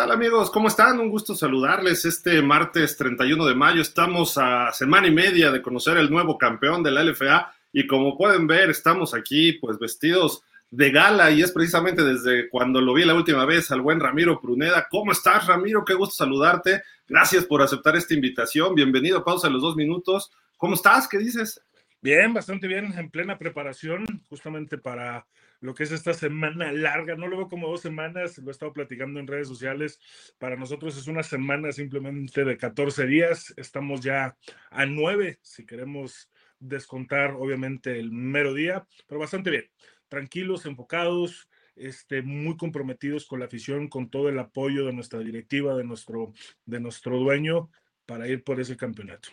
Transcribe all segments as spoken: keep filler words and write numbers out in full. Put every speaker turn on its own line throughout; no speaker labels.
tal, amigos? ¿Cómo están? Un gusto saludarles este martes treinta y uno de mayo. Estamos a semana y media de conocer el nuevo campeón de la L F A y como pueden ver estamos aquí pues vestidos de gala y es precisamente desde cuando lo vi la última vez al buen Ramiro Pruneda. ¿Cómo estás, Ramiro? Qué gusto saludarte. Gracias por aceptar esta invitación. Bienvenido a Pausa de los Dos Minutos. ¿Cómo estás? ¿Qué dices?
Bien, bastante bien, en plena preparación, justamente para lo que es esta semana larga. No lo veo como dos semanas, lo he estado platicando en redes sociales. Para nosotros es una semana simplemente de catorce días. Estamos ya a nueve, si queremos descontar, obviamente, el mero día, pero bastante bien. Tranquilos, enfocados, este, muy comprometidos con la afición, con todo el apoyo de nuestra directiva, de nuestro, de nuestro dueño, para ir por ese campeonato.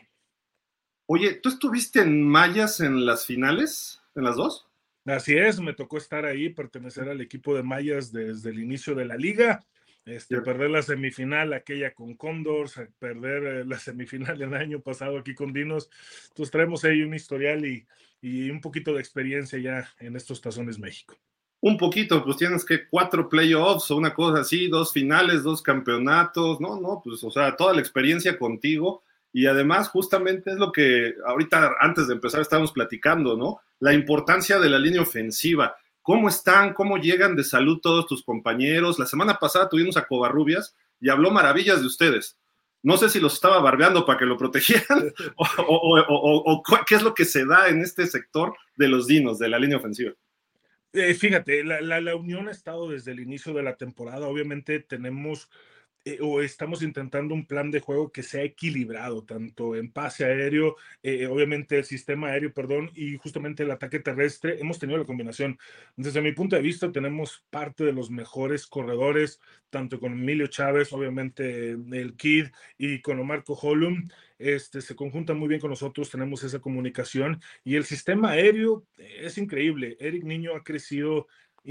Oye, ¿tú estuviste en Mayas en las finales? ¿En las dos?
Así es, me tocó estar ahí, pertenecer al equipo de Mayas desde el inicio de la liga, este,
Cierto.
perder la semifinal aquella con Condors, perder eh, la semifinal el año pasado aquí con Dinos. Entonces traemos ahí un historial y, y un poquito de experiencia ya en estos Tazones México.
Un poquito, pues tienes que cuatro playoffs o una cosa así, dos finales, dos campeonatos, no, no, pues o sea, toda la experiencia contigo y además justamente es lo que ahorita antes de empezar estábamos platicando, ¿no? La importancia de la línea ofensiva. ¿Cómo están? ¿Cómo llegan de salud todos tus compañeros? La semana pasada tuvimos a Covarrubias y habló maravillas de ustedes. No sé si los estaba barbeando para que lo protegieran o, o, o, o, o qué es lo que se da en este sector de los dinos, de la línea ofensiva.
Eh, fíjate, la, la, la unión ha estado desde el inicio de la temporada. Obviamente tenemos eh, o estamos intentando un plan de juego que sea equilibrado, tanto en pase aéreo, eh, obviamente el sistema aéreo, perdón, y justamente el ataque terrestre. Hemos tenido la combinación. Desde mi punto de vista, tenemos parte de los mejores corredores, tanto con Emilio Chávez, obviamente el Kid, y con Omar Coholum. Este, se conjuntan muy bien con nosotros, tenemos esa comunicación y el sistema aéreo es increíble. Eric Niño ha crecido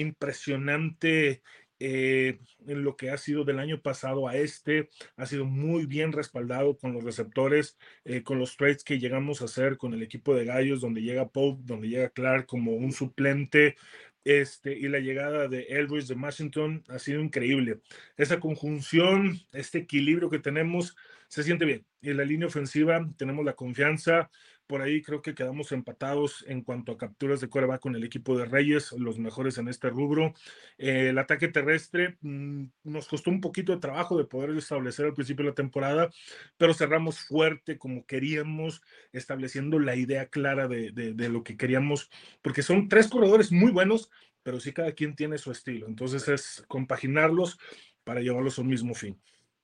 impresionante eh, en lo que ha sido del año pasado a este, ha sido muy bien respaldado con los receptores, eh, con los trades que llegamos a hacer con el equipo de Gallos, donde llega Pope, donde llega Clark como un suplente, este, y la llegada de Elbridge de Washington ha sido increíble. Esa conjunción, este equilibrio que tenemos, se siente bien. Y en la línea ofensiva tenemos la confianza. Por ahí creo que quedamos empatados en cuanto a capturas de quarterback con el equipo de Reyes, los mejores en este rubro. Eh, el ataque terrestre mmm, nos costó un poquito de trabajo de poder establecer al principio de la temporada, pero cerramos fuerte como queríamos, estableciendo la idea clara de, de, de lo que queríamos, porque son tres corredores muy buenos, pero sí cada quien tiene su estilo. Entonces es compaginarlos para llevarlos a un mismo fin.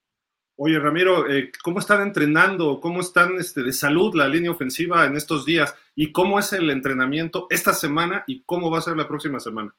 Oye, Ramiro, eh, ¿cómo están entrenando? ¿Cómo están este, de salud la línea ofensiva en estos días? ¿Y cómo es el entrenamiento esta semana y cómo va a ser la próxima semana?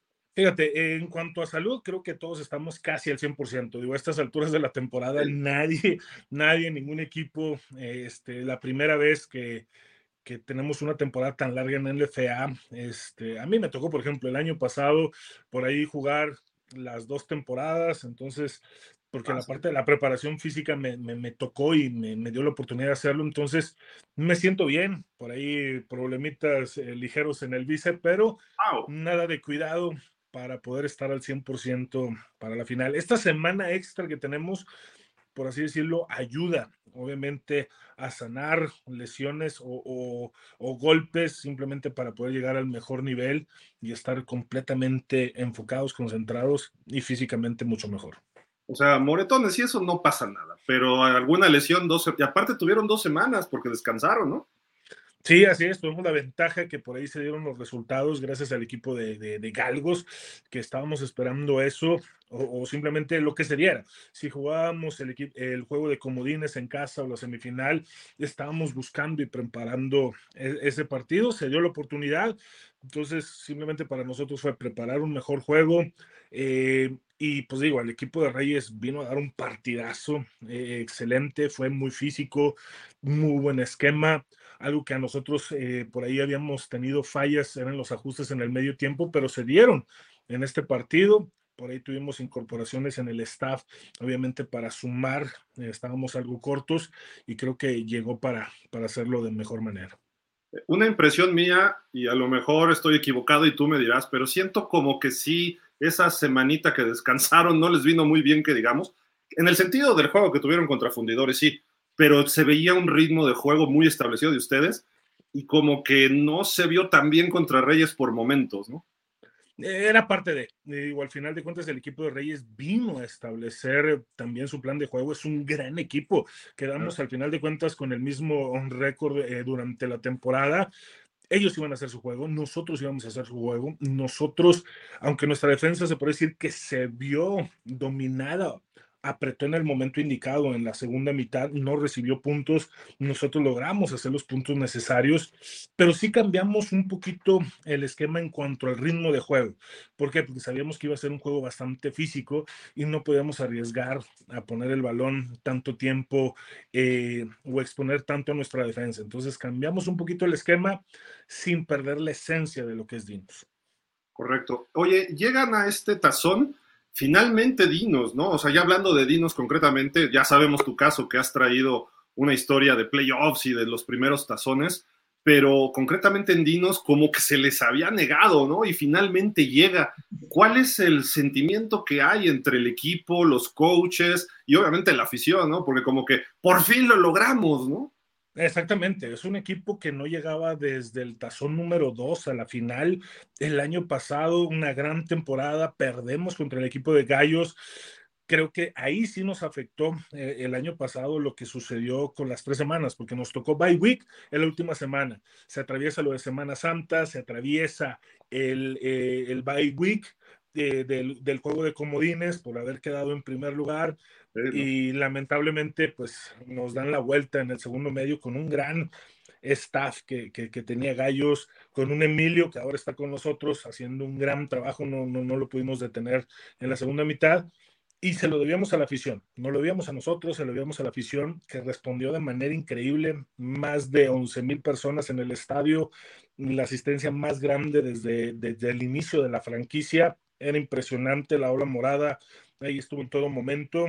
Fíjate, en cuanto a salud, creo que todos estamos casi al cien por ciento. Digo, a estas alturas de la temporada, nadie, nadie, ningún equipo, este, la primera vez que, que tenemos una temporada tan larga en N F A, este, a mí me tocó, por ejemplo, el año pasado, por ahí jugar las dos temporadas, entonces, porque
Ah,
la
sí.
parte de la preparación física me, me, me tocó y me, me, dio la oportunidad de hacerlo, entonces me siento bien, por ahí problemitas eh, ligeros en el bíceps, pero
Wow.
nada de cuidado para poder estar al cien por ciento para la final. Esta semana extra que tenemos, por así decirlo, ayuda, obviamente, a sanar lesiones o, o, o, golpes simplemente para poder llegar al mejor nivel y estar completamente enfocados, concentrados y físicamente mucho mejor.
O sea, moretones y eso no pasa nada, pero alguna lesión, dos, y aparte tuvieron dos semanas porque descansaron, ¿no?
Sí, así es, tuvimos la ventaja que por ahí se dieron los resultados gracias al equipo de, de, de Galgos, que estábamos esperando eso, o, o, simplemente lo que se diera. Si jugábamos el, el juego de comodines en casa o la semifinal, estábamos buscando y preparando e ese partido, se dio la oportunidad, entonces simplemente para nosotros fue preparar un mejor juego, eh, y pues digo, el equipo de Reyes vino a dar un partidazo eh, excelente, fue muy físico, muy buen esquema. Algo que a nosotros eh, por ahí habíamos tenido fallas eran los ajustes en el medio tiempo, pero se dieron en este partido. Por ahí tuvimos incorporaciones en el staff, obviamente para sumar, eh, estábamos algo cortos y creo que llegó para, para hacerlo de mejor manera.
Una impresión mía, y a lo mejor estoy equivocado y tú me dirás, pero siento como que sí, esa semanita que descansaron no les vino muy bien, que digamos, en el sentido del juego que tuvieron contra Fundidores, sí, pero se veía un ritmo de juego muy establecido de ustedes y como que no se vio tan bien contra Reyes por momentos, ¿no?
Era parte de, digo, al final de cuentas el equipo de Reyes vino a establecer también su plan de juego, es un gran equipo, quedamos al final de cuentas con el mismo récord eh, durante la temporada. Ellos iban a hacer su juego, nosotros íbamos a hacer su juego, nosotros, aunque nuestra defensa se puede decir que se vio dominada, apretó en el momento indicado en la segunda mitad, no recibió puntos, nosotros logramos hacer los puntos necesarios, pero sí cambiamos un poquito el esquema en cuanto al ritmo de juego. ¿Por qué? Porque sabíamos que iba a ser un juego bastante físico y no podíamos arriesgar a poner el balón tanto tiempo eh, o exponer tanto a nuestra defensa. Entonces cambiamos un poquito el esquema sin perder la esencia de lo que es Dinos.
Correcto. Oye, llegan a este tazón, finalmente Dinos, ¿no? O sea, ya hablando de Dinos concretamente, ya sabemos tu caso, que has traído una historia de playoffs y de los primeros tazones, pero concretamente en Dinos como que se les había negado, ¿no? Y finalmente llega. ¿Cuál es el sentimiento que hay entre el equipo, los coaches y obviamente la afición, ¿no? Porque como que por fin lo logramos, ¿no?
Exactamente, es un equipo que no llegaba desde el tazón número dos a la final. El año pasado, una gran temporada, perdemos contra el equipo de Gallos. Creo que ahí sí nos afectó eh, el año pasado lo que sucedió con las tres semanas, porque nos tocó bye week en la última semana. Se atraviesa lo de Semana Santa, se atraviesa el, eh, el bye week eh, del, del juego de comodines por haber quedado en primer lugar.
Sí, ¿no?
Y lamentablemente pues nos dan la vuelta en el segundo medio con un gran staff que, que, que tenía Gallos, con un Emilio que ahora está con nosotros haciendo un gran trabajo, no, no, no lo pudimos detener en la segunda mitad y se lo debíamos a la afición, no lo debíamos a nosotros, se lo debíamos a la afición que respondió de manera increíble, más de once mil personas en el estadio, la asistencia más grande desde, desde el inicio de la franquicia, era impresionante la ola morada, ahí estuvo en todo momento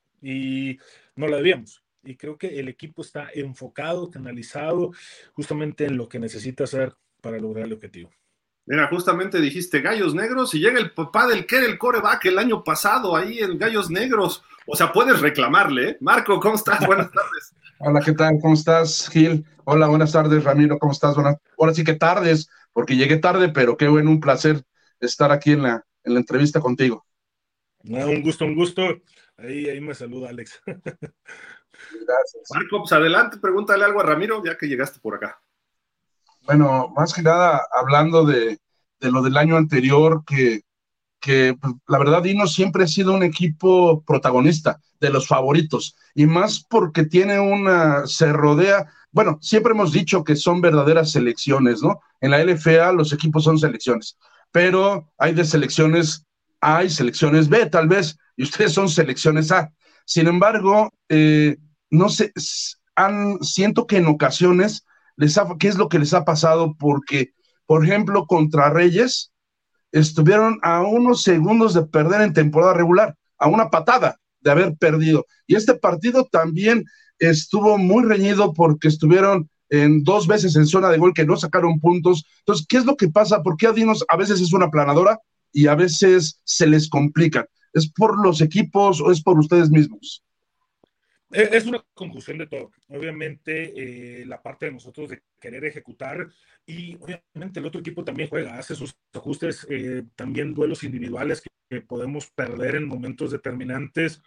y no la debíamos. Y creo que el equipo está enfocado, canalizado justamente en lo que necesita hacer para lograr el objetivo.
Mira, justamente dijiste Gallos Negros y llega el papá del que era el coreback el año pasado ahí en Gallos Negros. O sea, puedes reclamarle, ¿eh? Marco, ¿cómo estás? Buenas tardes.
Hola, ¿qué tal? ¿Cómo estás, Gil? Hola, buenas tardes, Ramiro, ¿cómo estás? Buenas... Ahora sí que tardes, porque llegué tarde, pero qué bueno, un placer estar aquí en la, en la entrevista contigo.
No, un gusto, un gusto. Ahí, ahí me saluda Alex.
Gracias.
Marco, pues adelante, pregúntale algo a Ramiro, ya que llegaste por acá.
Bueno, más que nada, hablando de, de lo del año anterior, que, que pues, la verdad, Dino siempre ha sido un equipo protagonista, de los favoritos, y más porque tiene una, se rodea, bueno, siempre hemos dicho que son verdaderas selecciones, ¿no? En la L F A los equipos son selecciones, pero hay de selecciones A y selecciones B, tal vez, y ustedes son selecciones A. Sin embargo, eh, no sé, han, siento que en ocasiones, les ha, ¿qué es lo que les ha pasado? Porque, por ejemplo, contra Reyes, estuvieron a unos segundos de perder en temporada regular, a una patada de haber perdido. Y este partido también estuvo muy reñido porque estuvieron en dos veces en zona de gol que no sacaron puntos. Entonces, ¿qué es lo que pasa? ¿Por qué a Dinos a veces es una planadora y a veces se les complica? ¿Es por los equipos o es por ustedes mismos?
Es una conjunción de todo. Obviamente, eh, la parte de nosotros de querer ejecutar y obviamente el otro equipo también juega, hace sus ajustes, eh, también duelos individuales que, que podemos perder en momentos determinantes.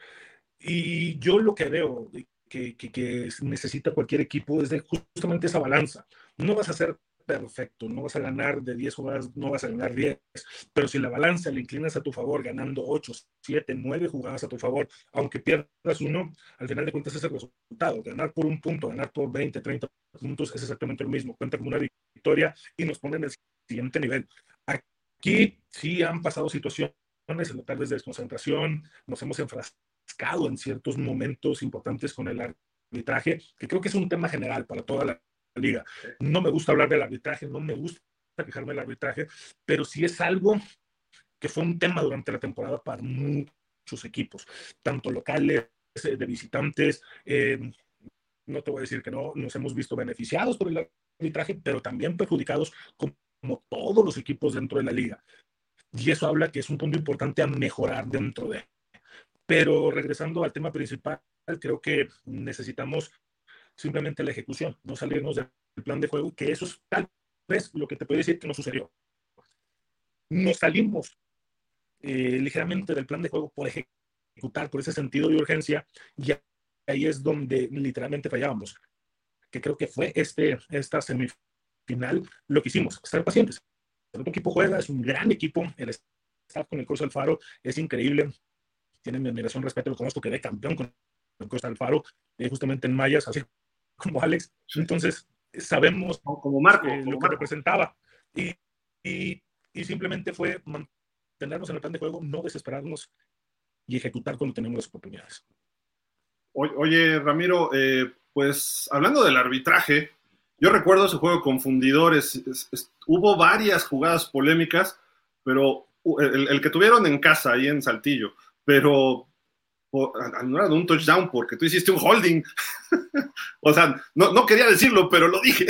Y yo lo que veo que, que, que necesita cualquier equipo es de justamente esa balanza. No vas a ser perfecto, no vas a ganar de diez jugadas, no vas a ganar diez, pero si la balanza la inclinas a tu favor, ganando ocho, siete, nueve jugadas a tu favor, aunque pierdas uno, al final de cuentas es el resultado. Ganar por un punto, ganar por veinte, treinta puntos es exactamente lo mismo. Cuenta como una victoria y nos pone en el siguiente nivel. Aquí sí han pasado situaciones en la tarde de desconcentración, nos hemos enfrascado en ciertos momentos importantes con el arbitraje, que creo que es un tema general para toda la liga. No me gusta hablar del arbitraje, no me gusta quejarme del arbitraje, pero sí es algo que fue un tema durante la temporada para muchos equipos, tanto locales, de visitantes. Eh, no te voy a decir que no, nos hemos visto beneficiados por el arbitraje, pero también perjudicados como, como todos los equipos dentro de la liga. Y eso habla que es un punto importante a mejorar dentro de. Pero regresando al tema principal, creo que necesitamos simplemente la ejecución, no salirnos del plan de juego, que eso es tal vez lo que te puedo decir que no sucedió. Nos salimos eh, ligeramente del plan de juego por ejecutar, por ese sentido de urgencia, y ahí es donde literalmente fallábamos, que creo que fue este, esta semifinal lo que hicimos, estar pacientes. El otro equipo juega, es un gran equipo, el staff con el Costa Alfaro es increíble, tienen mi admiración, respeto, lo conozco, quedé campeón con el Costa Alfaro, eh, justamente en Mayas, así como Alex, entonces sabemos
como Marco,
eh,
como
lo que
Marco.
representaba, y, y, y simplemente fue mantenernos en el plan de juego, no desesperarnos y ejecutar cuando tenemos las oportunidades.
Oye, Ramiro, eh, pues hablando del arbitraje, yo recuerdo ese juego con Fundidores, es, es, hubo varias jugadas polémicas, pero el, el que tuvieron en casa, ahí en Saltillo, pero anularon un touchdown porque tú hiciste un holding. O sea, no, no quería decirlo, pero lo dije.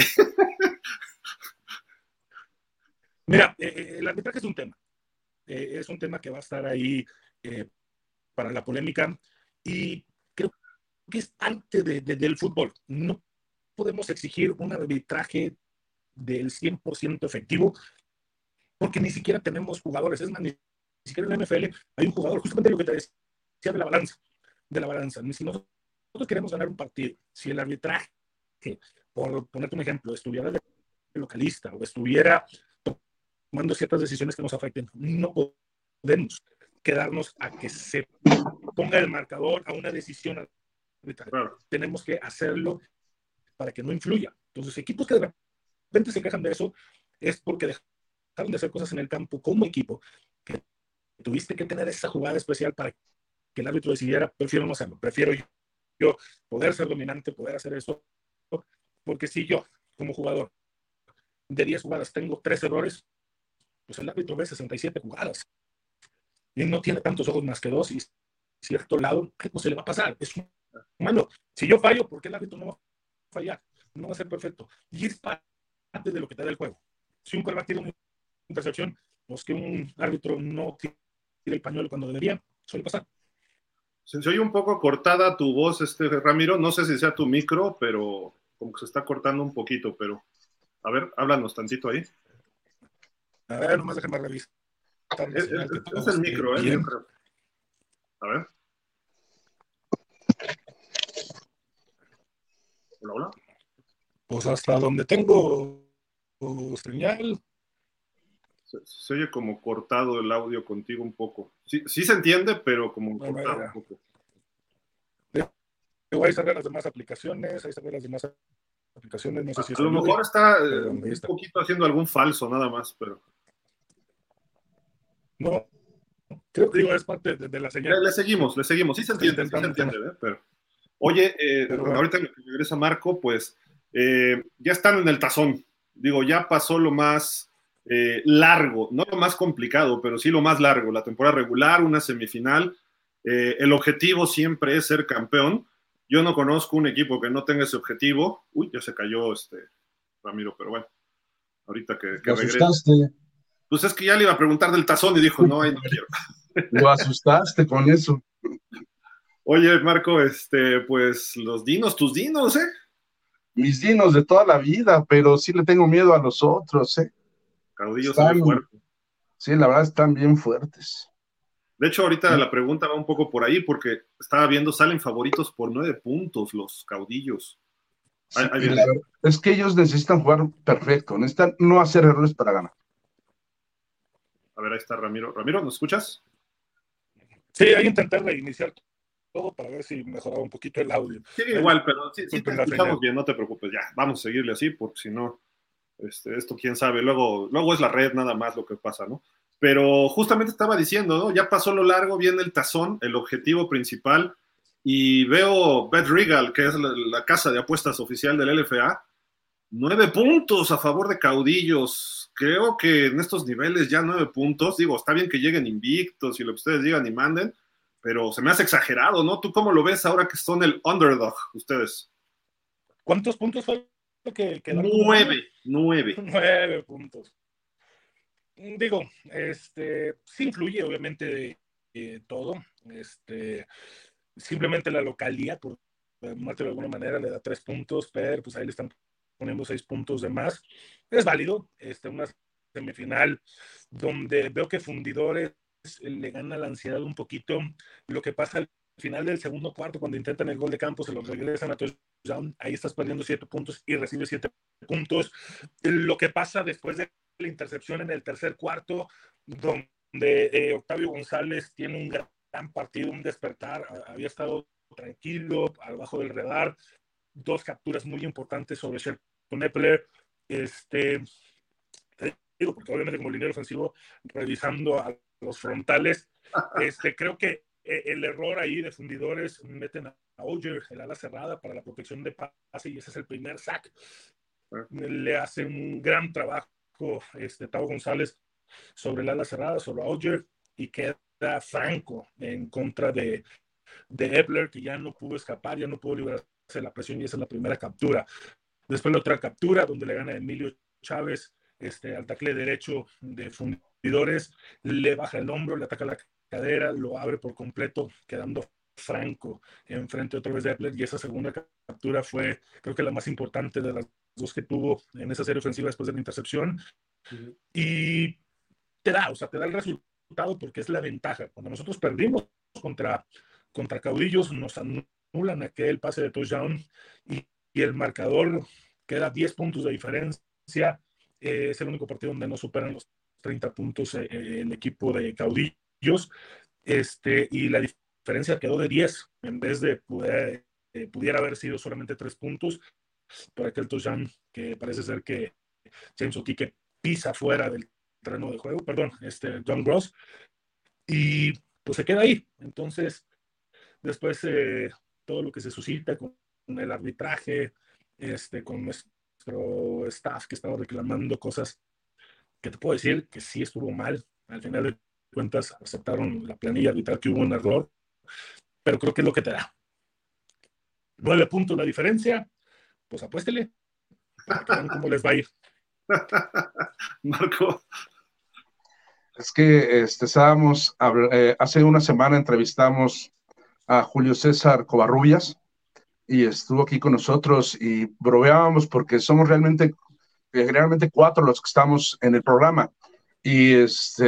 Mira, eh, el arbitraje es un tema. Eh, es un tema que va a estar ahí eh, para la polémica y creo que es parte de, de, del fútbol. No podemos exigir un arbitraje del cien por ciento efectivo porque ni siquiera tenemos jugadores. Es más, ni siquiera en la N F L hay un jugador, justamente lo que te decía de la balanza. De la balanza. Si nosotros queremos ganar un partido, si el arbitraje, por ponerte un ejemplo, estuviera de localista o estuviera tomando ciertas decisiones que nos afecten, no podemos quedarnos a que se ponga el marcador a una decisión arbitraria. Claro. Tenemos que hacerlo para que no influya. Entonces, equipos que de repente se quejan de eso es porque dejaron de hacer cosas en el campo como equipo, que tuviste que tener esa jugada especial para que el árbitro decidiera, prefiero no hacerlo, prefiero yo, yo poder ser dominante, poder hacer eso, porque si yo, como jugador, de diez jugadas tengo tres errores, pues el árbitro ve sesenta y siete jugadas y no tiene tantos ojos más que dos y cierto lado, ¿qué pues se le va a pasar? Es humano. Si yo fallo, ¿por qué el árbitro no va a fallar? No va a ser perfecto. Y es parte de lo que te da el juego. Si un quarterback tiene una intercepción, pues que un árbitro no tire el pañuelo cuando debería, suele pasar.
Se, se oye un poco cortada tu voz, este Ramiro, no sé si sea tu micro, pero como que se está cortando un poquito, pero a ver, háblanos tantito ahí.
A ver, nomás déjame revisar.
Es, es, es el micro, ¿eh? A ver. Hola, hola.
Pues hasta donde tengo señal.
Se, se oye como cortado el audio contigo un poco. Sí, sí se entiende, pero como
Bueno,
cortado
era.
un poco.
Ahí se ven las demás aplicaciones, ahí se ven las demás aplicaciones. No sé
a,
si
a lo mejor
ayude,
está eh, un está. poquito haciendo algún falso nada más, pero...
No, creo que digo, es parte de, de la señal.
Le, le seguimos, le seguimos. Sí se entiende, sí se entiende, ¿eh? Pero... Oye, eh, pero bueno. Ahorita que regresa Marco, pues eh, ya están en el tazón. Digo, ya pasó lo más eh, largo, no lo más complicado, pero sí lo más largo. La temporada regular, una semifinal. Eh, el objetivo siempre es ser campeón. Yo no conozco un equipo que no tenga ese objetivo. Uy, ya se cayó este Ramiro, pero bueno, ahorita que, que
Lo
regrese.
asustaste.
Pues es que ya le iba a preguntar del tazón y dijo, no, ahí no quiero.
Lo asustaste con eso.
Oye, Marco, este, pues los dinos, tus dinos, ¿eh?
Mis dinos de toda la vida, pero sí le tengo miedo a los otros, ¿eh?
Caudillo están, se ve fuerte.
Sí, la verdad están bien fuertes.
De hecho, ahorita sí. La pregunta va un poco por ahí, porque estaba viendo, salen favoritos por nueve puntos los caudillos.
Sí, ahí, ahí la verdad, es que ellos necesitan jugar perfecto, necesitan no hacer errores para ganar.
A ver, ahí está Ramiro. Ramiro, ¿nos escuchas?
Sí, ahí intenté reiniciar todo para ver si mejoraba un poquito el audio.
Sigue igual, pero sí, sí te escuchamos bien, no te preocupes, ya, vamos a seguirle así, porque si no, este, esto quién sabe, luego, luego es la red nada más lo que pasa, ¿no? Pero justamente estaba diciendo, ¿no? Ya pasó lo largo, viene el tazón, el objetivo principal, y veo Bet Regal, que es la, la casa de apuestas oficial del L F A, nueve puntos a favor de caudillos. Creo que en estos niveles ya nueve puntos, digo, está bien que lleguen invictos y lo que ustedes digan y manden, pero se me hace exagerado, ¿no? ¿Tú cómo lo ves ahora que son el underdog, ustedes?
¿Cuántos puntos fue que quedaron?
Nueve, nueve.
Nueve puntos. Digo, este, sí influye, obviamente, eh, todo. Este, simplemente la localidad, por llamarlo de alguna manera, le da tres puntos, pero pues ahí le están poniendo seis puntos de más. Es válido. Este, una semifinal donde veo que Fundidores le gana la ansiedad un poquito. Lo que pasa al final del segundo cuarto, cuando intentan el gol de campo, se lo regresan a touchdown. Ahí estás perdiendo siete puntos y recibes siete puntos. Lo que pasa después de la intercepción en el tercer cuarto, donde eh, Octavio González tiene un gran partido, un despertar, había estado tranquilo, abajo del radar, dos capturas muy importantes sobre Shelton Epler, este, digo, porque obviamente como liniero ofensivo, revisando a los frontales, este, creo que el error ahí de Fundidores, meten a Ogier, el ala cerrada, para la protección de pase, y ese es el primer sack. Le hace un gran trabajo este, Tavo González sobre el ala cerrada, sobre Ogier, y queda franco en contra de, de Epler, que ya no pudo escapar, ya no pudo librarse de la presión, y esa es la primera captura. Después la otra captura, donde le gana a Emilio Chávez, este, al tackle derecho de Fundidores, le baja el hombro, le ataca la cadera, lo abre por completo, quedando franco enfrente otra vez de Epler, y esa segunda captura fue, creo que la más importante de las dos que tuvo en esa serie ofensiva después de la intercepción. Uh-huh. Y te da, o sea, te da el resultado porque es la ventaja. Cuando nosotros perdimos contra, contra Caudillos, nos anulan aquel pase de touchdown y, y el marcador queda diez puntos de diferencia. Eh, es el único partido donde no superan los treinta puntos eh, el equipo de Caudillos, este, y la diferencia quedó de diez, en vez de poder, eh, pudiera haber sido solamente tres puntos por aquel touchdown que parece ser que James O'Keefe pisa fuera del terreno de juego, perdón, este, John Gross, y pues se queda ahí. Entonces, después eh, todo lo que se suscita con el arbitraje, este, con nuestro staff que estaba reclamando cosas que te puedo decir que sí estuvo mal. Al final de cuentas aceptaron la planilla arbitral que hubo un error, pero creo que es lo que te da. Nueve puntos la diferencia, pues apuéstele para que vean cómo les va a ir.
Marco.
Es que este, estábamos, eh, hace una semana entrevistamos a Julio César Covarrubias y estuvo aquí con nosotros y bromeábamos porque somos realmente, realmente cuatro los que estamos en el programa. Y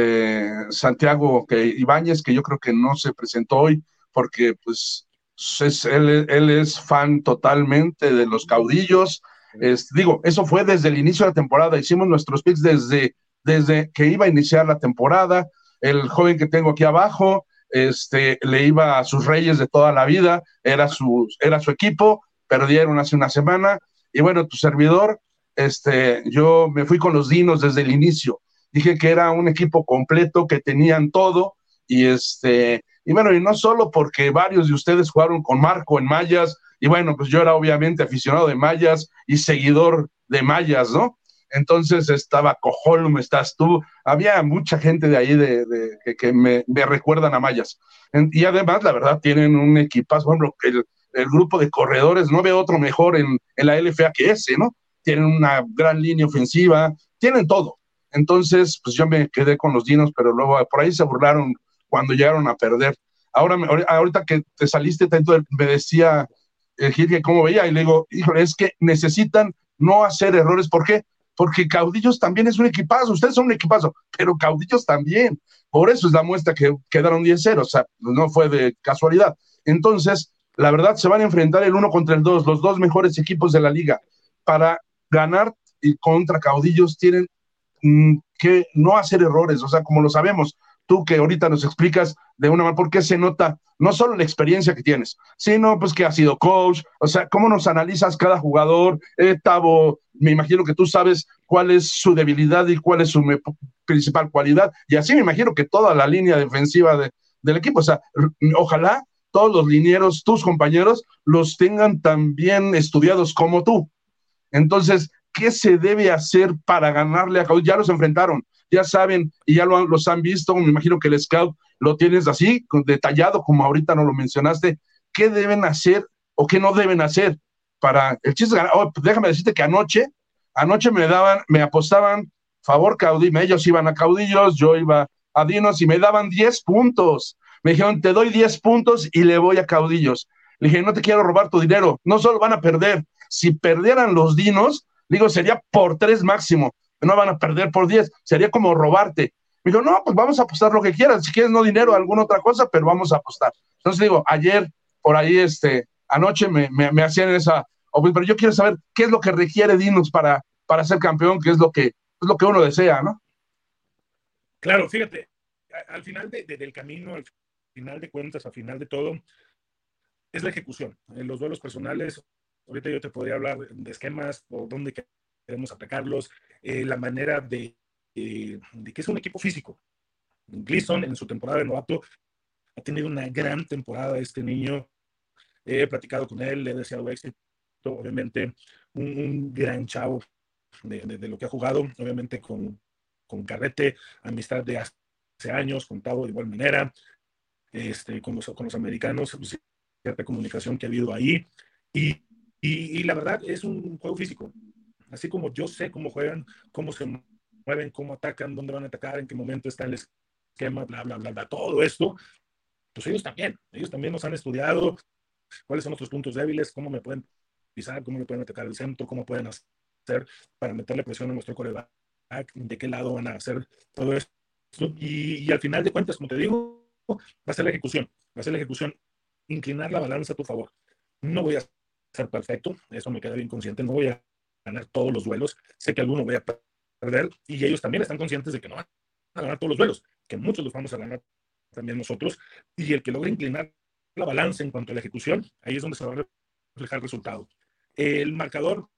este, Santiago que, Ibáñez, que yo creo que no se presentó hoy porque pues es, él, él es fan totalmente de los Caudillos. Es, digo, eso fue desde el inicio de la temporada, hicimos nuestros picks desde, desde que iba a iniciar la temporada. El joven que tengo aquí abajo, este, le iba a sus Reyes de toda la vida, era su, era su equipo, perdieron hace una semana, y bueno, tu servidor, este, yo me fui con los Dinos desde el inicio, dije que era un equipo completo, que tenían todo, y este, y bueno, y no solo porque varios de ustedes jugaron con Marco en Mayas, y bueno, pues yo era obviamente aficionado de Mayas y seguidor de Mayas, ¿no? Entonces estaba Cojolm, estás tú, había mucha gente de ahí de, de, que, que me, me recuerdan a Mayas. En, y además, la verdad, tienen un equipazo, por ejemplo, el, el grupo de corredores, no veo otro mejor en, en la L F A que ese, ¿no? Tienen una gran línea ofensiva, tienen todo. Entonces, pues yo me quedé con los Dinos, pero luego por ahí se burlaron cuando llegaron a perder. Ahora, ahorita que te saliste tanto, me decía el Gil cómo veía, y le digo, híjole, es que necesitan no hacer errores. ¿Por qué? Porque Caudillos también es un equipazo, ustedes son un equipazo, pero Caudillos también. Por eso es la muestra que quedaron diez cero, o sea, no fue de casualidad. Entonces, la verdad, se van a enfrentar el uno contra el dos, los dos mejores equipos de la liga. Para ganar y contra Caudillos tienen mmm, que no hacer errores, o sea, como lo sabemos, tú que ahorita nos explicas de una manera por qué se nota no solo la experiencia que tienes, sino pues que has sido coach, o sea, cómo nos analizas cada jugador. eh, Tavo, me imagino que tú sabes cuál es su debilidad y cuál es su me- principal cualidad, y así me imagino que toda la línea defensiva de, del equipo, o sea, r- ojalá todos los linieros, tus compañeros, los tengan tan bien estudiados como tú. Entonces, ¿qué se debe hacer para ganarle a Caudillos? Ya los enfrentaron, ya saben y ya lo, los han visto, me imagino que el scout lo tienes así, detallado, como ahorita no lo mencionaste. ¿Qué deben hacer o qué no deben hacer para el chiste de ganar? Oh, déjame decirte que anoche, anoche me daban, me apostaban favor Caudillos, ellos iban a Caudillos, yo iba a Dinos y me daban diez puntos. Me dijeron, te doy diez puntos y le voy a Caudillos. Le dije, no te quiero robar tu dinero, no solo van a perder, si perdieran los Dinos, digo, sería por tres máximo, no van a perder por diez, sería como robarte. Me dijo, no, pues vamos a apostar lo que quieras, si quieres no dinero, alguna otra cosa, pero vamos a apostar. Entonces digo, ayer, por ahí, este, anoche me, me, me hacían esa, pero yo quiero saber qué es lo que requiere Dinos para, para ser campeón, qué es lo que, es lo que uno desea, ¿no?
Claro, fíjate, al final de, de, del camino, al final de cuentas, al final de todo, es la ejecución. En los duelos personales, ahorita yo te podría hablar de esquemas, por dónde queremos atacarlos, eh, la manera de, eh, de que es un equipo físico. Gleason en su temporada de novato ha tenido una gran temporada este niño. He platicado con él, le he deseado éxito, obviamente un, un gran chavo de, de, de lo que ha jugado, obviamente con, con Carrete, amistad de hace años, con Tavo de igual manera, este, con, los, con los americanos, pues, cierta comunicación que ha habido ahí, y, y, y la verdad es un juego físico, así como yo sé cómo juegan, cómo se mueven, cómo atacan, dónde van a atacar, en qué momento está el esquema, bla, bla, bla, bla, todo esto, pues ellos también, ellos también nos han estudiado, cuáles son nuestros puntos débiles, cómo me pueden pisar, cómo me pueden atacar el centro, cómo pueden hacer para meterle presión a nuestro coreback, de qué lado van a hacer todo esto. Y, y al final de cuentas, como te digo, va a ser la ejecución, va a ser la ejecución, inclinar la balanza a tu favor. No voy a ser perfecto, eso me queda bien consciente, no voy a ganar todos los duelos, sé que alguno voy a perder y ellos también están conscientes de que no van a ganar todos los duelos, que muchos los vamos a ganar también nosotros, y el que logre inclinar la balanza en cuanto a la ejecución, ahí es donde se va a reflejar el resultado. El marcador,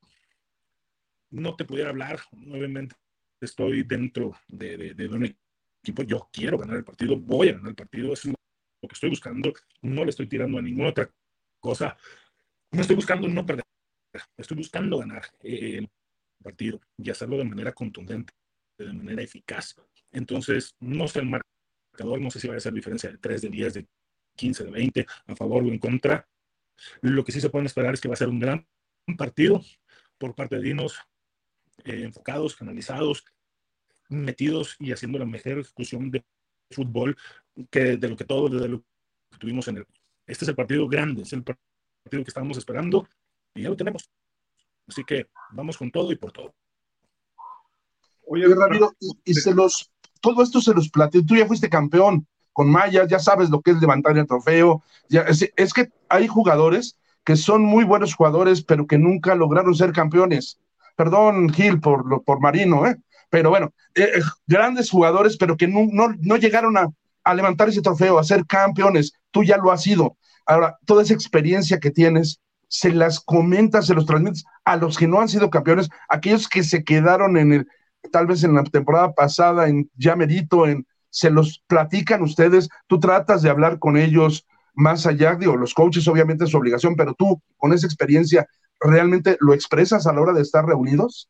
no te pudiera hablar, obviamente estoy dentro de, de, de un equipo, yo quiero ganar el partido, voy a ganar el partido, eso es lo que estoy buscando, no le estoy tirando a ninguna otra cosa, no estoy buscando no perder, estoy buscando ganar el partido y hacerlo de manera contundente, de manera eficaz. Entonces, no sé el marcador, no sé si va a ser diferencia de tres, de diez, de quince, de veinte, a favor o en contra. Lo que sí se pueden esperar es que va a ser un gran partido por parte de Dinos, eh, enfocados, canalizados, metidos y haciendo la mejor ejecución de fútbol que de lo que todo desde lo que tuvimos en el. Este es el partido grande, es el partido que estábamos esperando y ya lo tenemos. Así que vamos con todo y por todo.
Oye, Ramiro, y, y se los, todo esto se los platico, tú ya fuiste campeón con Maya, ya sabes lo que es levantar el trofeo, ya, es, es que hay jugadores que son muy buenos jugadores, pero que nunca lograron ser campeones. Perdón, Gil, por, por Marino, ¿eh? Pero bueno, eh, grandes jugadores, pero que no, no, no llegaron a, a levantar ese trofeo, a ser campeones. Tú ya lo has sido. Ahora, toda esa experiencia que tienes, se las comentas, se los transmites a los que no han sido campeones, aquellos que se quedaron en el, tal vez en la temporada pasada, en ya merito, en, se los platican ustedes, tú tratas de hablar con ellos más allá, digo, los coaches obviamente es su obligación, pero tú con esa experiencia, ¿realmente lo expresas a la hora de estar reunidos?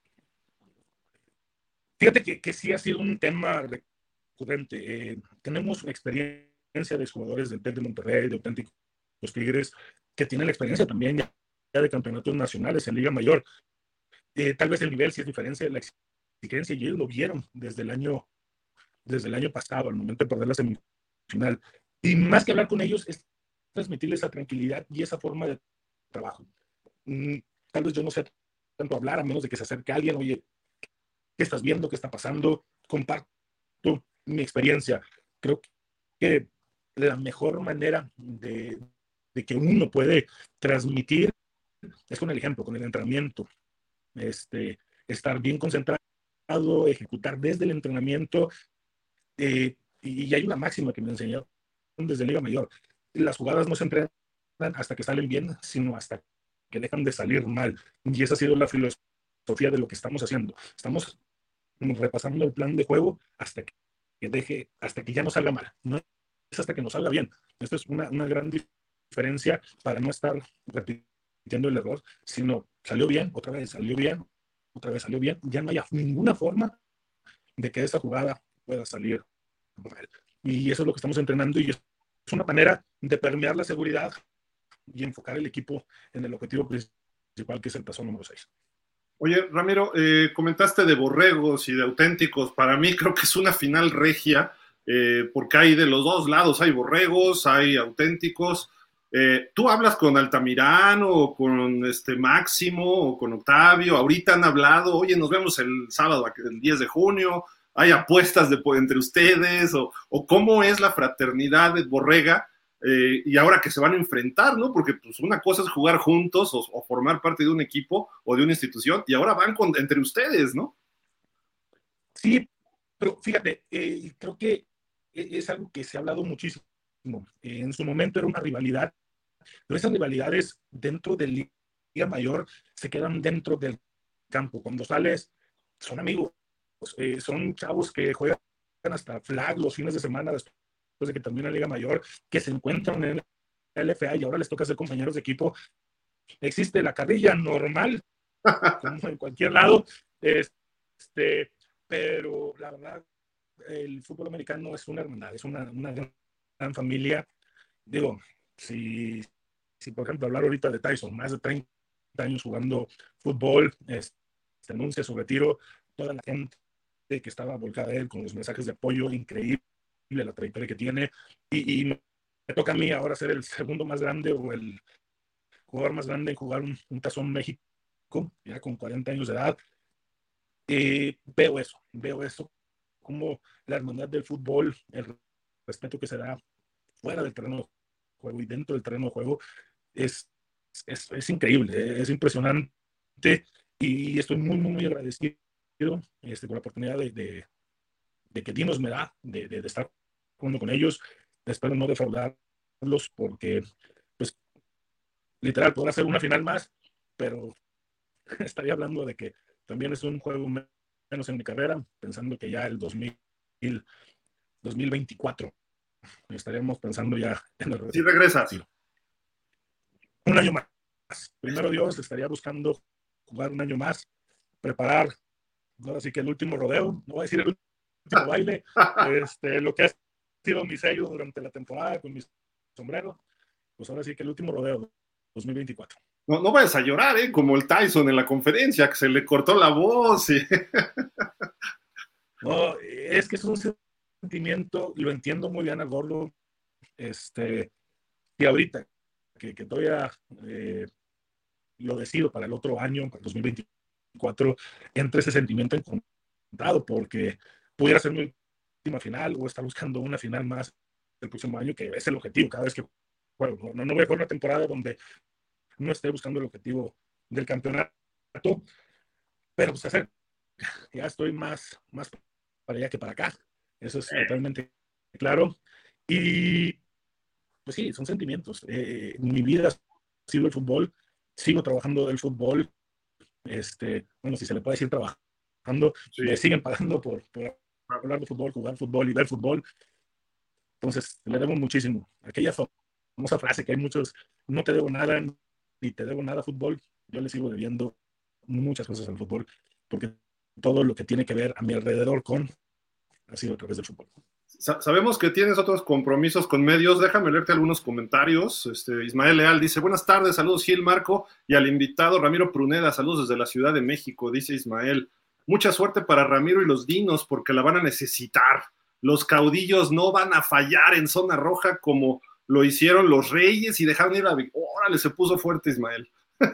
Fíjate que, que sí ha sido un tema recurrente. Eh, tenemos experiencia de jugadores del TEC de Monterrey, de Auténticos Tigres, que tienen la experiencia también ya, ya de campeonatos nacionales en Liga Mayor. Eh, tal vez el nivel sí es diferente, la exigencia, y ellos lo vieron desde el año, desde el año pasado, al momento de perder la semifinal. Y más que hablar con ellos, es transmitirles esa tranquilidad y esa forma de trabajo. Mm, tal vez yo no sé tanto hablar, a menos de que se acerque alguien, oye, ¿qué estás viendo? ¿Qué está pasando? Comparto mi experiencia. Creo que la mejor manera de, de que uno puede transmitir es con el ejemplo, con el entrenamiento. Este, estar bien concentrado, ejecutar desde el entrenamiento. Eh, y hay una máxima que me enseñaron desde Liga Mayor. Las jugadas no se entrenan hasta que salen bien, sino hasta que dejan de salir mal. Y esa ha sido la filosofía de lo que estamos haciendo. Estamos repasando el plan de juego hasta que deje, hasta que ya no salga mal. No es hasta que nos salga bien. Esto es una, una gran diferencia para no estar repitiendo el error, sino salió bien, otra vez salió bien, otra vez salió bien. Ya no haya ninguna forma de que esa jugada pueda salir mal. Y eso es lo que estamos entrenando y es una manera de permear la seguridad y enfocar el equipo en el objetivo principal, que es el paso número seis.
Oye, Ramiro, eh, comentaste de borregos y de auténticos. Para mí creo que es una final regia, eh, porque hay de los dos lados, hay borregos, hay auténticos. Eh, ¿Tú hablas con Altamirano o con este Máximo o con Octavio? Ahorita han hablado, oye, nos vemos el sábado, el diez de junio, hay apuestas de, entre ustedes, o, o cómo es la fraternidad de Borrega, eh, y ahora que se van a enfrentar, ¿no? Porque pues una cosa es jugar juntos o, o formar parte de un equipo o de una institución, y ahora van con, entre ustedes, ¿no?
Sí, pero fíjate, eh, creo que es algo que se ha hablado muchísimo. Eh, en su momento era una rivalidad, pero esas rivalidades dentro de Liga Mayor se quedan dentro del campo. Cuando sales, son amigos, eh, son chavos que juegan hasta flag los fines de semana después de que termina la Liga Mayor, que se encuentran en la L F A y ahora les toca ser compañeros de equipo. Existe la carrilla normal, como en cualquier lado, este, pero la verdad, el fútbol americano es una hermandad, es una, una gran, gran familia. Digo, si, si por ejemplo hablar ahorita de Tyson, más de treinta años jugando fútbol, este, anuncia su retiro, toda la gente que estaba volcada a él con los mensajes de apoyo, increíble la trayectoria que tiene, y, y me toca a mí ahora ser el segundo más grande o el jugador más grande en jugar un, un Tazón México, ya con cuarenta años de edad. Eh, veo eso, veo eso, como la hermandad del fútbol, el respeto que se da fuera del terreno de juego y dentro del terreno de juego, es, es, es increíble, es impresionante, y estoy muy, muy, muy agradecido este, por la oportunidad de, de, de que Dinos me da de, de, de estar jugando con ellos. Espero no defraudarlos porque, pues, literal, podrá ser una final más, pero estaría hablando de que también es un juego menos en mi carrera, pensando que ya el dos mil, dos mil veinticuatro estaríamos pensando ya en el...
Si regresas.
Un año más. Primero Dios, estaría buscando jugar un año más, preparar, ¿no? Así que el último rodeo, no voy a decir el último baile, este, lo que ha sido mi sello durante la temporada con mi sombrero, pues ahora sí que el último rodeo, dos mil veinticuatro.
No, no vayas a llorar, ¿eh? Como el Tyson en la conferencia, que se le cortó la voz. Y...
no, es que es un sentimiento, lo entiendo muy bien al gordo, este, y ahorita, que, que todavía eh, lo decido para el otro año, para el dos mil veinticuatro, entre ese sentimiento encontrado, porque pudiera ser mi última final o estar buscando una final más el próximo año, que es el objetivo cada vez que juego. No, no voy a jugar una temporada donde no esté buscando el objetivo del campeonato, pero pues hacer, ya estoy más, más para allá que para acá. Eso es totalmente claro. Y pues sí, son sentimientos. Eh, mi vida ha sido el fútbol, sigo trabajando del fútbol. Este, bueno, si se le puede decir trabajando, sí. Me siguen pagando por, por hablar de fútbol, jugar fútbol y ver fútbol. Entonces, le debo muchísimo. Aquella famosa frase que hay muchos, no te debo nada, ni te debo nada fútbol, yo le sigo debiendo muchas cosas al fútbol, porque todo lo que tiene que ver a mi alrededor con ha sido a través del fútbol.
Sabemos que tienes otros compromisos con medios. Déjame leerte algunos comentarios. Este, Ismael Leal dice, buenas tardes, saludos Gil, Marco, y al invitado Ramiro Pruneda, saludos desde la Ciudad de México, dice Ismael. Mucha suerte para Ramiro y los Dinos, porque la van a necesitar. Los caudillos no van a fallar en zona roja como lo hicieron los Reyes y dejaron ir a... Órale, se puso fuerte Ismael.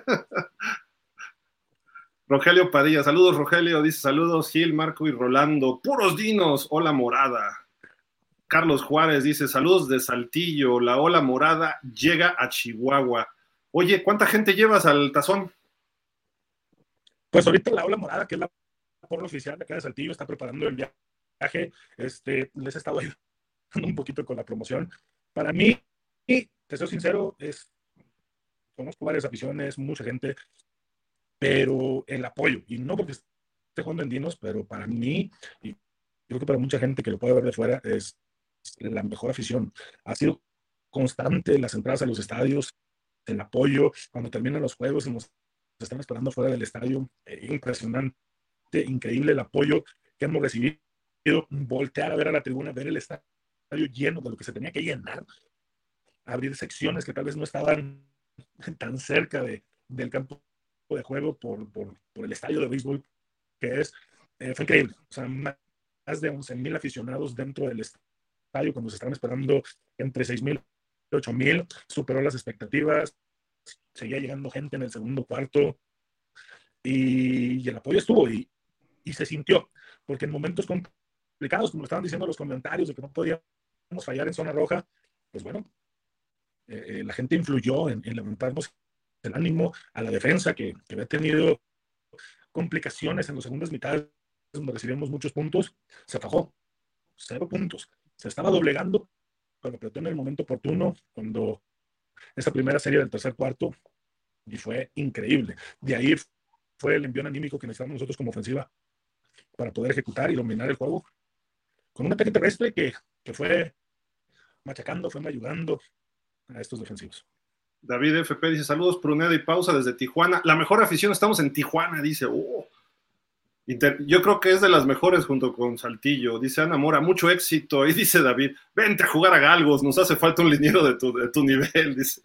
Rogelio Padilla, saludos Rogelio, dice saludos Gil, Marco y Rolando, puros Dinos, hola morada. Carlos Juárez dice, saludos de Saltillo, la ola morada llega a Chihuahua. Oye, ¿cuánta gente llevas al Tazón?
Pues ahorita la ola morada, que es la porra oficial de acá de Saltillo, está preparando el viaje. Este, les he estado ayudando un poquito con la promoción. Para mí, te soy sincero, es, conozco varias aficiones, mucha gente, pero el apoyo, y no porque esté jugando en Dinos, pero para mí, y creo que para mucha gente que lo puede ver de fuera, es la mejor afición. Ha sido constante las entradas a los estadios, el apoyo, cuando terminan los juegos y nos están esperando fuera del estadio, eh, impresionante, increíble el apoyo que hemos recibido, voltear a ver a la tribuna, ver el estadio lleno de lo que se tenía que llenar, abrir secciones que tal vez no estaban tan cerca de, del campo de juego por, por, por el estadio de béisbol que es, eh, fue increíble. O sea, más de once mil aficionados dentro del estadio estadio cuando se estaban esperando entre seis mil y ocho mil, superó las expectativas, seguía llegando gente en el segundo cuarto y, y el apoyo estuvo y, y se sintió, porque en momentos complicados, como estaban diciendo los comentarios de que no podíamos fallar en zona roja, pues bueno, eh, la gente influyó en, en levantarnos el ánimo a la defensa que, que había tenido complicaciones en las segundas mitades donde recibimos muchos puntos, se fajó, cero puntos, se estaba doblegando, pero apretó en el momento oportuno, cuando esa primera serie del tercer cuarto, y fue increíble. De ahí fue el envío anímico que necesitamos nosotros como ofensiva para poder ejecutar y dominar el juego, con un ataque terrestre que, que fue machacando, fue ayudando a estos defensivos.
David F P dice, saludos Pruneda y Pausa desde Tijuana. La mejor afición, estamos en Tijuana, dice. Oh. Inter- Yo creo que es de las mejores junto con Saltillo. Dice Ana Mora, mucho éxito. Y dice David, vente a jugar a Galgos, nos hace falta un liniero de tu, de tu nivel, dice.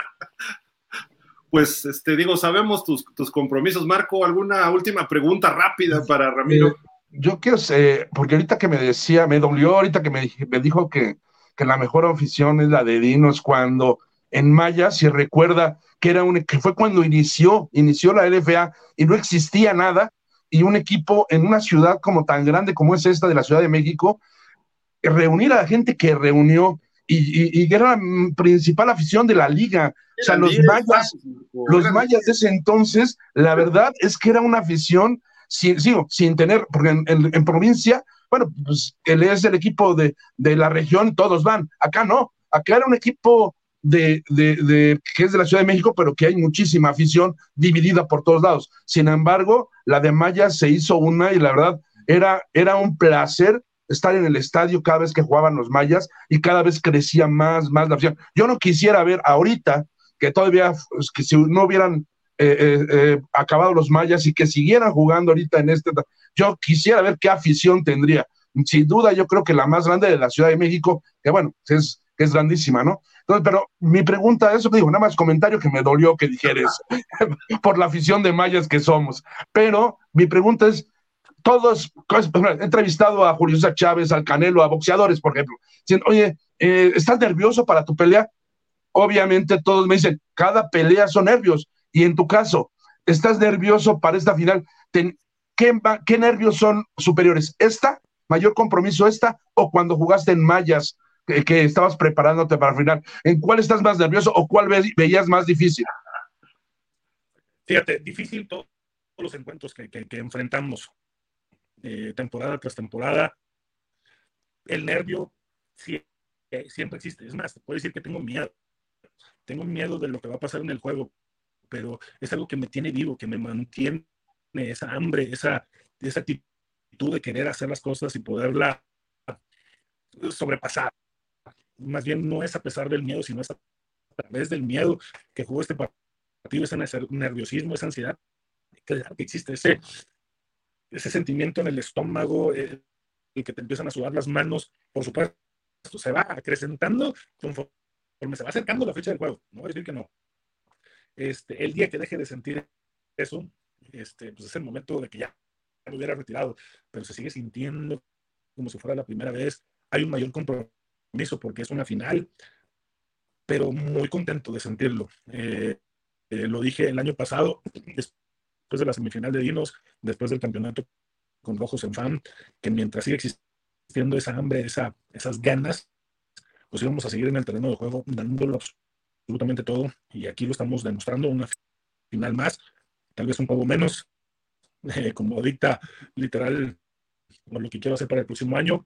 Pues, este, digo, sabemos tus, tus compromisos. Marco, ¿alguna última pregunta rápida para Ramiro?
Eh, yo quiero, sé, porque ahorita que me decía, me dolió ahorita que me, me dijo que, que la mejor afición es la de Dinos, cuando en Maya, si recuerda, que, era un, que fue cuando inició, inició la L F A y no existía nada, y un equipo en una ciudad como tan grande como es esta de la Ciudad de México, reunir a la gente que reunió, y, y, y era la principal afición de la liga. O sea, los mayas, los mayas de ese entonces, la verdad es que era una afición, sin, sigo, sin tener, porque en, en, en provincia, bueno, pues él es el equipo de, de la región, todos van. Acá no, acá era un equipo de, de, de, que es de la Ciudad de México, pero que hay muchísima afición dividida por todos lados. Sin embargo, la de Mayas se hizo una y la verdad era, era un placer estar en el estadio cada vez que jugaban los mayas y cada vez crecía más, más la afición. Yo no quisiera ver ahorita que todavía, pues, que si no hubieran eh, eh, eh, acabado los mayas y que siguieran jugando ahorita en este, yo quisiera ver qué afición tendría. Sin duda, yo creo que la más grande de la Ciudad de México, que bueno, es, es grandísima, ¿no? Entonces, pero mi pregunta, eso que digo, nada más comentario que me dolió que dijeras por la afición de mayas que somos, pero mi pregunta es, todos, he entrevistado a Julio César Chávez, al Canelo, a boxeadores, por ejemplo, dicen, oye, eh, ¿estás nervioso para tu pelea? Obviamente todos me dicen, cada pelea son nervios, y en tu caso, ¿estás nervioso para esta final? Ten, ¿qué, ¿Qué nervios son superiores? ¿Esta? ¿Mayor compromiso esta? ¿O cuando jugaste en Mayas, que, que estabas preparándote para la final? ¿En cuál estás más nervioso o cuál ve, veías más difícil?
Fíjate, difícil todos los encuentros que, que, que enfrentamos. Eh, temporada tras temporada, el nervio sí, eh, siempre existe. Es más, te puedo decir que tengo miedo. Tengo miedo de lo que va a pasar en el juego, pero es algo que me tiene vivo, que me mantiene esa hambre, esa, esa actitud de querer hacer las cosas y poderla sobrepasar. Más bien no es a pesar del miedo, sino es a través del miedo que jugó este partido, ese nerviosismo, esa ansiedad. Claro que existe ese ese sentimiento en el estómago, eh, el que te empiezan a sudar las manos, por supuesto, se va acrecentando conforme se va acercando la fecha del juego. No voy a decir que no. Este, el día que deje de sentir eso, este, pues es el momento de que ya me hubiera retirado, pero se sigue sintiendo como si fuera la primera vez. Hay un mayor compromiso porque es una final, pero muy contento de sentirlo. Eh, eh, lo dije el año pasado, después de la semifinal de Dinos, después del campeonato con Rojos en F A M, que mientras siga existiendo esa hambre, esa, esas ganas, pues íbamos a seguir en el terreno de juego dándolo absolutamente todo, y aquí lo estamos demostrando, una final más, tal vez un poco menos, eh, como dicta literal lo que quiero hacer para el próximo año,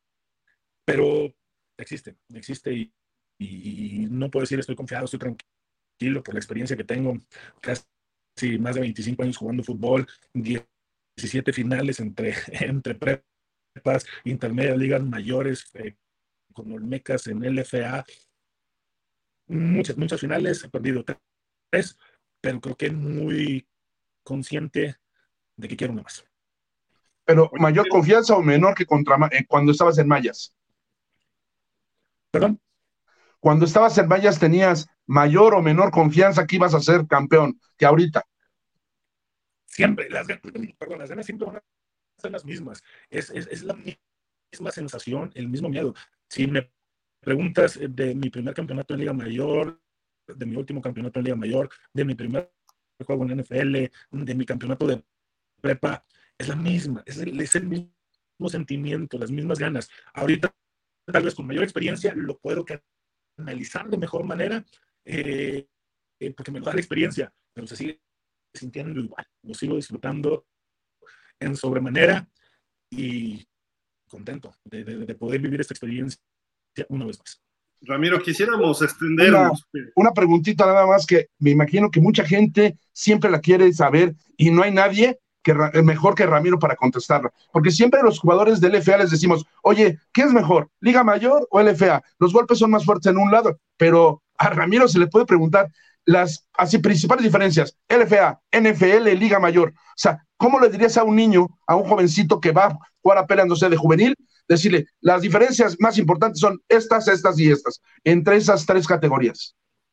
pero existe, existe y, y, y no puedo decir estoy confiado, estoy tranquilo por la experiencia que tengo, casi Sí, más de veinticinco años jugando fútbol, diecisiete finales entre, entre prepas, intermedias, ligas mayores, eh, con Olmecas en L F A. Muchas, muchas finales, he perdido tres, pero creo que muy consciente de que quiero una más.
Pero mayor confianza o menor que contra eh, cuando estabas en Mayas.
¿Perdón?
Cuando estabas en Mayas tenías mayor o menor confianza que ibas a ser campeón que ahorita.
Siempre, las, perdón, las ganas siempre van a ser las mismas. Es, es, es la misma sensación, el mismo miedo. Si me preguntas de mi primer campeonato en Liga Mayor, de mi último campeonato en Liga Mayor, de mi primer juego en N F L, de mi campeonato de prepa, es la misma, es el, es el mismo sentimiento, las mismas ganas. Ahorita, tal vez con mayor experiencia, lo puedo analizar de mejor manera, eh, eh, porque me lo da la experiencia, pero se sigue sintiendo igual, lo sigo disfrutando en sobremanera y contento de, de, de poder vivir esta experiencia una vez más.
Ramiro, quisiéramos
una,
extendernos.
una preguntita nada más que me imagino que mucha gente siempre la quiere saber y no hay nadie que mejor que Ramiro para contestarla, porque siempre los jugadores del L F A les decimos, oye, ¿qué es mejor, Liga Mayor o L F A? Los golpes son más fuertes en un lado, pero a Ramiro se le puede preguntar las así principales diferencias, L F A, N F L, Liga Mayor. O sea, ¿cómo le dirías a un niño, a un jovencito que va a jugar apenas, no sé, de juvenil, decirle, las diferencias más importantes son estas, estas y estas, entre esas tres categorías?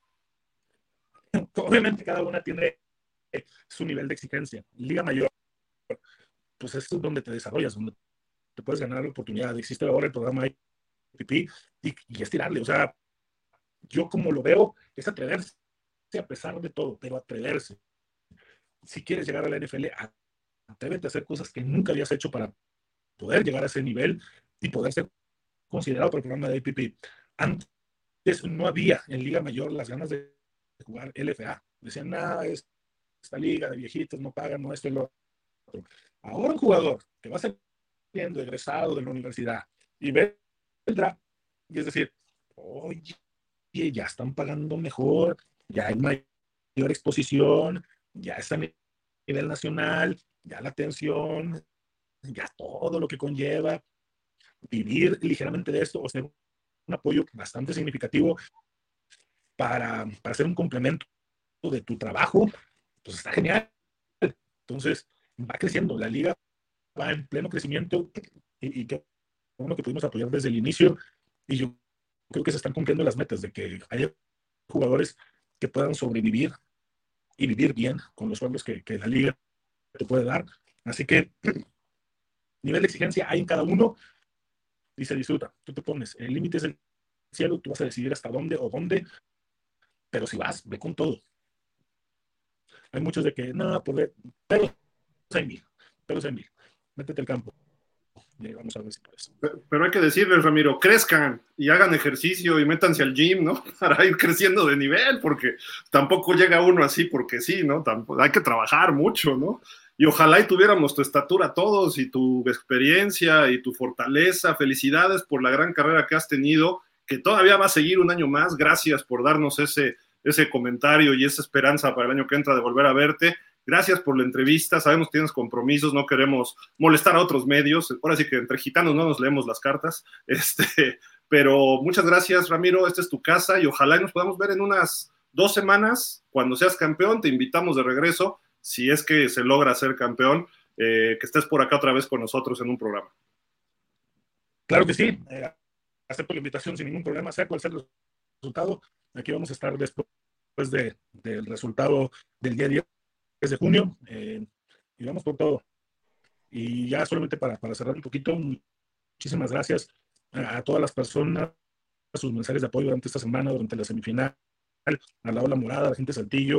Obviamente cada una tiene su nivel de exigencia. Liga Mayor, pues es donde te desarrollas, donde te puedes ganar la oportunidad. Existe ahora el programa I P P y, y es tirarle. O sea, yo como lo veo, es atreverse a pesar de todo, pero atreverse. Si quieres llegar a la N F L, atrévete a hacer cosas que nunca habías hecho para poder llegar a ese nivel y poder ser considerado por el programa de I P P. Antes no había en Liga Mayor las ganas de jugar L F A. Decían, nada, es esta liga de viejitos, no pagan, no esto y lo otro. Ahora un jugador que va saliendo egresado de la universidad y ve el draft, y es decir, oye, ya están pagando mejor, ya hay mayor exposición, ya está a nivel nacional, ya la atención, ya todo lo que conlleva vivir ligeramente de esto o ser un apoyo bastante significativo para, para hacer un complemento de tu trabajo, pues está genial. Entonces, va creciendo, la liga va en pleno crecimiento y, y qué bueno que pudimos apoyar desde el inicio y yo creo que se están cumpliendo las metas de que haya jugadores que puedan sobrevivir y vivir bien con los sueldos que, que la liga te puede dar. Así que nivel de exigencia hay en cada uno y se disfruta. Tú te pones, el límite es el cielo, tú vas a decidir hasta dónde o dónde, pero si vas, ve con todo. Hay muchos de que, no, por ver, pero hay mil, pero hay mil. Métete al campo. Y vamos a ver si puedes.
Pero hay que decirles, Ramiro, crezcan y hagan ejercicio y métanse al gym, ¿no? Para ir creciendo de nivel, porque tampoco llega uno así porque sí, ¿no? Tampoco, hay que trabajar mucho, ¿no? Y ojalá y tuviéramos tu estatura todos y tu experiencia y tu fortaleza. Felicidades por la gran carrera que has tenido, que todavía va a seguir un año más. Gracias por darnos ese, ese comentario y esa esperanza para el año que entra de volver a verte. Gracias por la entrevista, sabemos que tienes compromisos, no queremos molestar a otros medios, ahora sí que entre gitanos no nos leemos las cartas, este, pero muchas gracias, Ramiro, esta es tu casa y ojalá nos podamos ver en unas dos semanas, cuando seas campeón, te invitamos de regreso, si es que se logra ser campeón, eh, que estés por acá otra vez con nosotros en un programa.
Claro que sí, eh, acepto la invitación sin ningún problema, sea cual sea el resultado, aquí vamos a estar después de, del resultado del día a día de junio, eh, y vamos por todo. Y ya solamente para, para cerrar un poquito, muchísimas gracias a, a todas las personas, a sus mensajes de apoyo durante esta semana, durante la semifinal, a la Ola Morada, a la gente de Saltillo,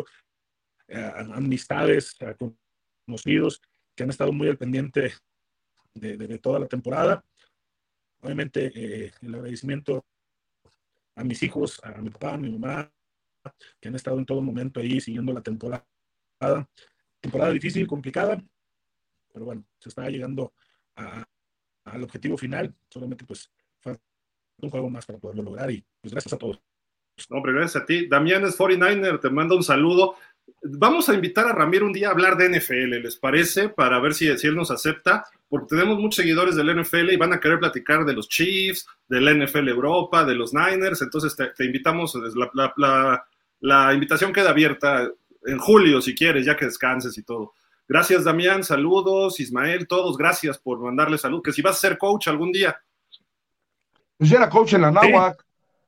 a, a amistades, a conocidos que han estado muy al pendiente de, de, de toda la temporada. Obviamente, eh, el agradecimiento a mis hijos, a mi papá, a mi mamá, que han estado en todo momento ahí siguiendo la temporada. Temporada difícil, complicada, pero bueno, se está llegando a, a, al objetivo final, solamente pues falta un juego más para poderlo lograr y pues gracias a todos.
Hombre, gracias a ti. Damián es cuarenta y nueve er, te manda un saludo. Vamos a invitar a Ramiro un día a hablar de N F L, ¿les parece? Para ver si, si él nos acepta, porque tenemos muchos seguidores del N F L y van a querer platicar de los Chiefs, del N F L Europa, de los Niners, entonces te, te invitamos, la, la, la, la invitación queda abierta en julio, si quieres, ya que descanses y todo. Gracias, Damián, saludos, Ismael, todos, gracias por mandarle salud, que si vas a ser coach algún día.
Pues yo era coach en la Náhuac.
Sí.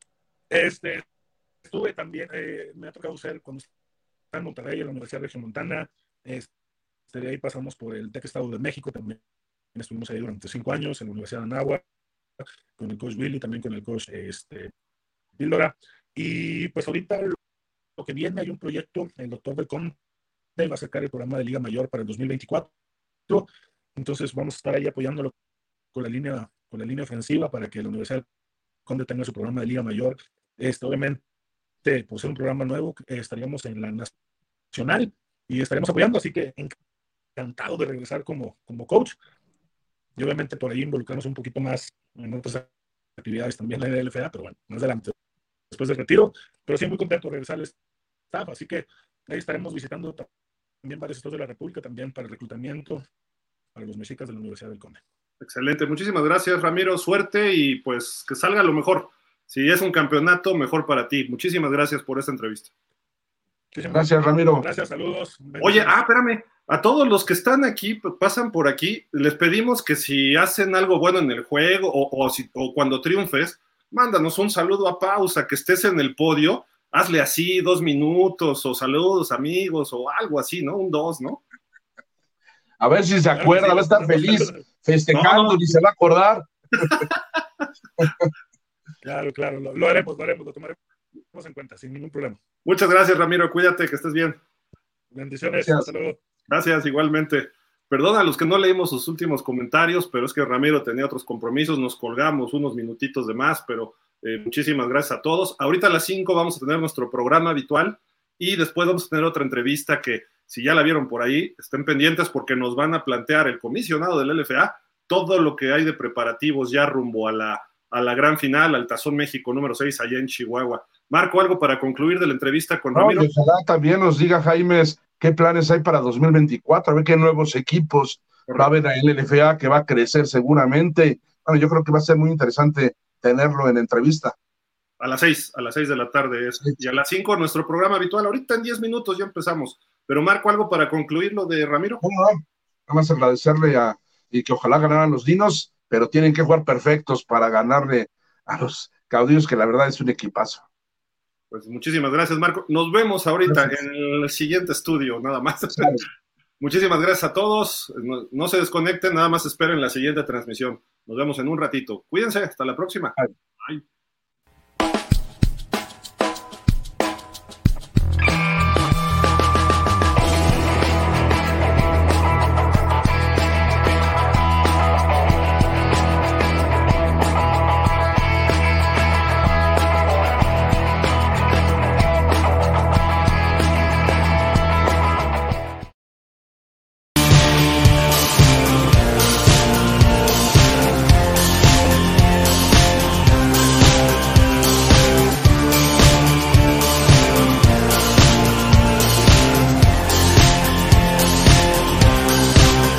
Este, estuve también, eh, me ha tocado ser cuando estaba en Monterrey, en la Universidad Regiomontana, este, de ahí pasamos por el Tec Estado de México, también estuvimos ahí durante cinco años, en la Universidad de Anáhuac, con el coach Billy, también con el coach este, Píldora. Y pues ahorita lo que viene, hay un proyecto, el doctor del Conde va a sacar el programa de Liga Mayor para el dos mil veinticuatro. Entonces vamos a estar ahí apoyándolo con la línea, con la línea ofensiva para que la Universidad del Conde tenga su programa de Liga Mayor. Este, obviamente, por ser un programa nuevo, eh, estaríamos en la nacional y estaremos apoyando, así que encantado de regresar como, como coach. Y obviamente por ahí involucrarnos un poquito más en otras actividades también en la L F A, pero bueno, más adelante, después del retiro. Pero sí, muy contento de regresar al staff, así que ahí estaremos visitando también varios estados de la República, también para el reclutamiento para los mexicas de la Universidad del Conde.
Excelente, muchísimas gracias, Ramiro, suerte y pues que salga lo mejor. Si es un campeonato, mejor para ti. Muchísimas gracias por esta entrevista.
Gracias, Ramiro.
Gracias, saludos.
Oye, ah, espérame, a todos los que están aquí, pasan por aquí, les pedimos que si hacen algo bueno en el juego o, o, si, o cuando triunfes, mándanos un saludo a pausa, que estés en el podio, hazle así dos minutos o saludos amigos o algo así, ¿no? Un dos, ¿no?
A ver si se acuerda, claro, va a estar feliz festejando, no, no. Ni se va a acordar.
Claro, claro, lo, lo haremos, lo haremos, lo tomaremos en cuenta, sin ningún problema.
Muchas gracias, Ramiro, cuídate, que estés bien.
Bendiciones,
gracias.
Hasta luego.
Gracias, igualmente. Perdón a los que no leímos sus últimos comentarios, pero es que Ramiro tenía otros compromisos, nos colgamos unos minutitos de más, pero eh, muchísimas gracias a todos. Ahorita a las cinco vamos a tener nuestro programa habitual y después vamos a tener otra entrevista que, si ya la vieron por ahí, estén pendientes porque nos van a plantear el comisionado del L F A todo lo que hay de preparativos ya rumbo a la, a la gran final, al Tazón México número seis allá en Chihuahua. Marco, ¿algo para concluir de la entrevista con no, Ramiro?
Ojalá también nos diga, Jaimes, qué planes hay para dos mil veinticuatro, a ver qué nuevos equipos Correcto. Va a haber en el L F A, que va a crecer seguramente. Bueno, yo creo que va a ser muy interesante tenerlo en entrevista.
A las seis, a las seis de la tarde es. Sí. Y a las cinco nuestro programa habitual. Ahorita en diez minutos ya empezamos. Pero Marco, ¿algo para concluir lo de Ramiro?
No, no, nada más agradecerle a, y que ojalá ganaran los Dinos, pero tienen que jugar perfectos para ganarle a los Caudillos, que la verdad es un equipazo.
Pues muchísimas gracias, Marco. Nos vemos ahorita gracias. En el siguiente estudio, nada más. Sí. Muchísimas gracias a todos. No, no se desconecten, nada más esperen la siguiente transmisión. Nos vemos en un ratito. Cuídense, hasta la próxima. Bye. Bye.